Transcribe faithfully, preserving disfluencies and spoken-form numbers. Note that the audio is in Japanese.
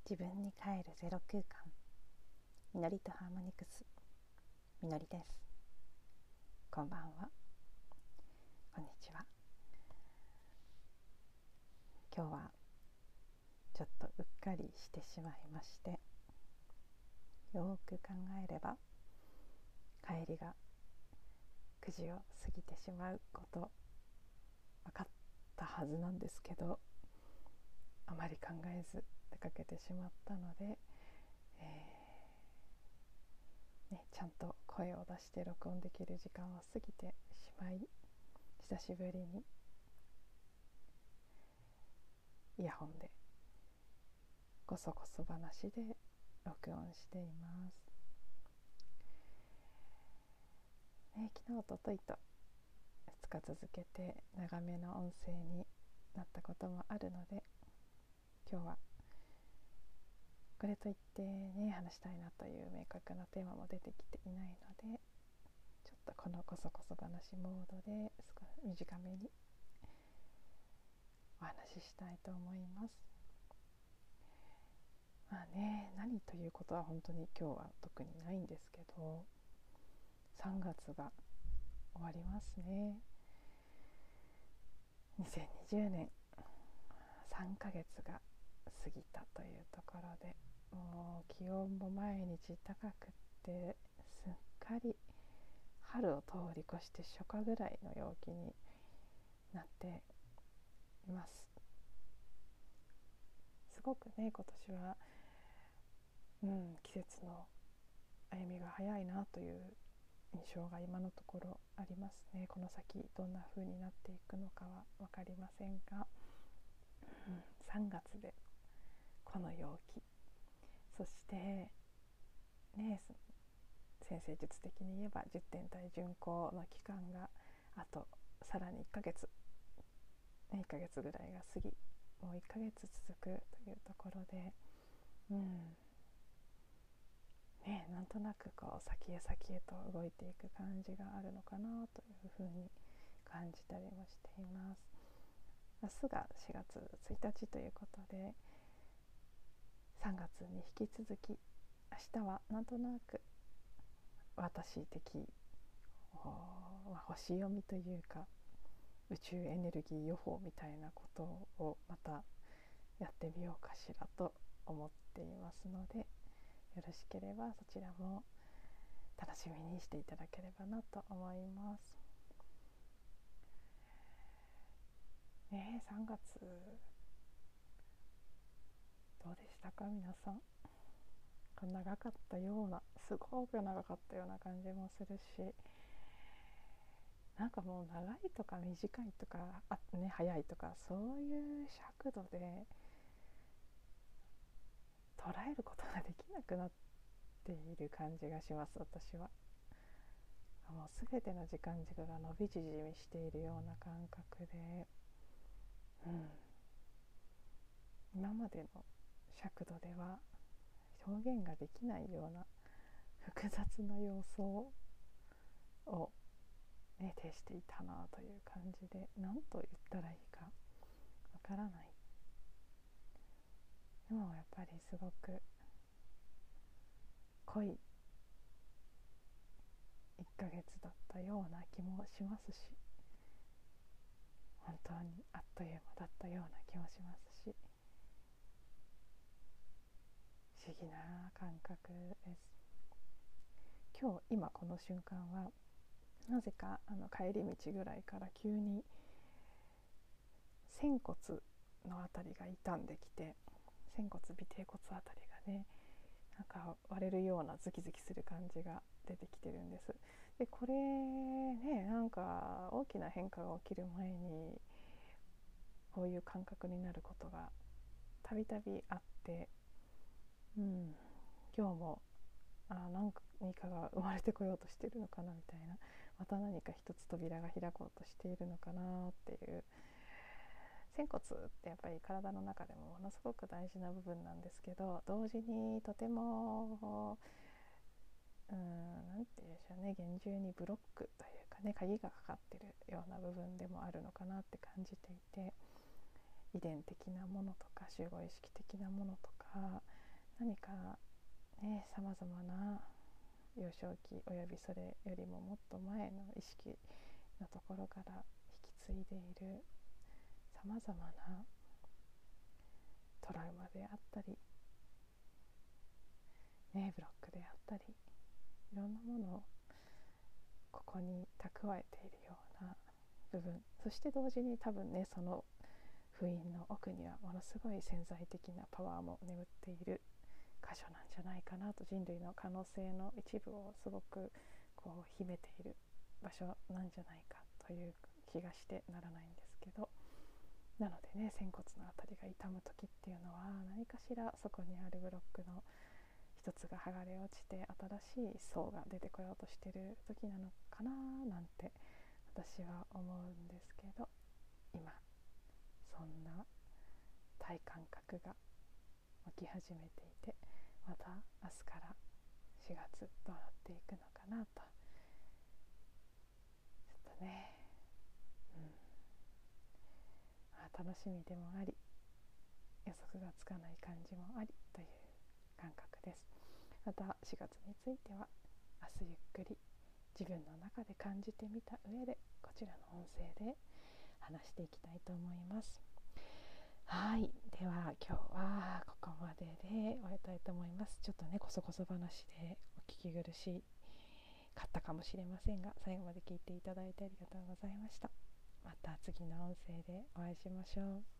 自分に帰るゼロ空間、みのりとハーモニクス、みのりです。こんばんは、こんにちは。今日はちょっとうっかりしてしまいまして、よーく考えれば帰りがくじを過ぎてしまうこと分かったはずなんですけど、あまり考えず出かけてしまったので、えーね、ちゃんと声を出して録音できる時間を過ぎてしまい、久しぶりにイヤホンでこそこそ話で録音しています、ね、昨日おとといとふつか続けて長めの音声になったこともあるので、今日はこれといってね話したいなという明確なテーマも出てきていないので、ちょっとこのこそこそ話モードで少し短めにお話ししたいと思います。まあね、何ということは本当に今日は特にないんですけど、さんがつが終わりますね。にせんにじゅうねんさんかげつが過ぎたというところで、もう気温も毎日高くってすっかり春を通り越して初夏ぐらいの陽気になっています。すごくね今年は、うん、季節の歩みが早いなという印象が今のところありますね。この先どんな風になっていくのかは分かりませんが、うん、さんがつでこの陽気、そしてね、先生術的に言えばじゅってん体巡行の期間があとさらにいっかげつ、ね、いっかげつぐらいが過ぎ、もういっかげつ続くというところで、うんね、なんとなくこう先へ先へと動いていく感じがあるのかなというふうに感じたりもしています。明日がしがつついたちということで、さんがつに引き続き明日はなんとなく私的星読みというか宇宙エネルギー予報みたいなことをまたやってみようかしらと思っていますので、よろしければそちらも楽しみにしていただければなと思いますね。さんがつどうでしたか皆さん。長かったような、すごく長かったような感じもするし、なんかもう長いとか短いとかあ、ね、早いとかそういう尺度で捉えることができなくなっている感じがします。私はもう全ての時間軸が伸び縮みしているような感覚で、うん、今までの尺度では表現ができないような複雑な様相を、ね、呈していたなという感じで、何と言ったらいいかわからない。でもやっぱりすごく濃いいっかげつだったような気もしますし、本当にあっという間だったような気もしますし、不思議な感覚です。今日今この瞬間はなぜかあの帰り道ぐらいから急に仙骨のあたりが傷んできて、仙骨尾てい骨あたりがね、なんか割れるようなズキズキする感じが出てきてるんです。でこれね、なんか大きな変化が起きる前にこういう感覚になることがたびたびあって、うん、今日もあ何かが生まれてこようとしているのかなみたいな、また何か一つ扉が開こうとしているのかなっていう。仙骨ってやっぱり体の中でもものすごく大事な部分なんですけど、同時にとてもうーんなんていうんでしょうね、厳重にブロックというかね、鍵がかかってるような部分でもあるのかなって感じていて、遺伝的なものとか集合意識的なものとか、 何かね、さまざまな幼少期およびそれよりももっと前の意識のところから引き継いでいるさまざまなトラウマであったり、ね、ブロックであったり、いろんなものをここに蓄えているような部分、そして同時に多分ね、その封印の奥にはものすごい潜在的なパワーも眠っている箇所なんじゃないかなと、人類の可能性の一部をすごくこう秘めている場所なんじゃないかという気がしてならないんですけど、なのでね、仙骨のあたりが痛む時っていうのは、何かしらそこにあるブロックの一つが剥がれ落ちて新しい層が出てこようとしている時なのかななんて私は思うんですけど、今そんな体感覚が起き始めていて、また明日からしがつどうなっていくのかなと、ちょっとね、うん、まあ、楽しみでもあり予測がつかない感じもありという感覚です。またしがつについては明日ゆっくり自分の中で感じてみた上で、こちらの音声で話していきたいと思います。はい、では今日はここまでで終えたいと思います。ちょっとね、こそこそ話でお聞き苦しかったかもしれませんが、最後まで聞いていただいてありがとうございました。また次の音声でお会いしましょう。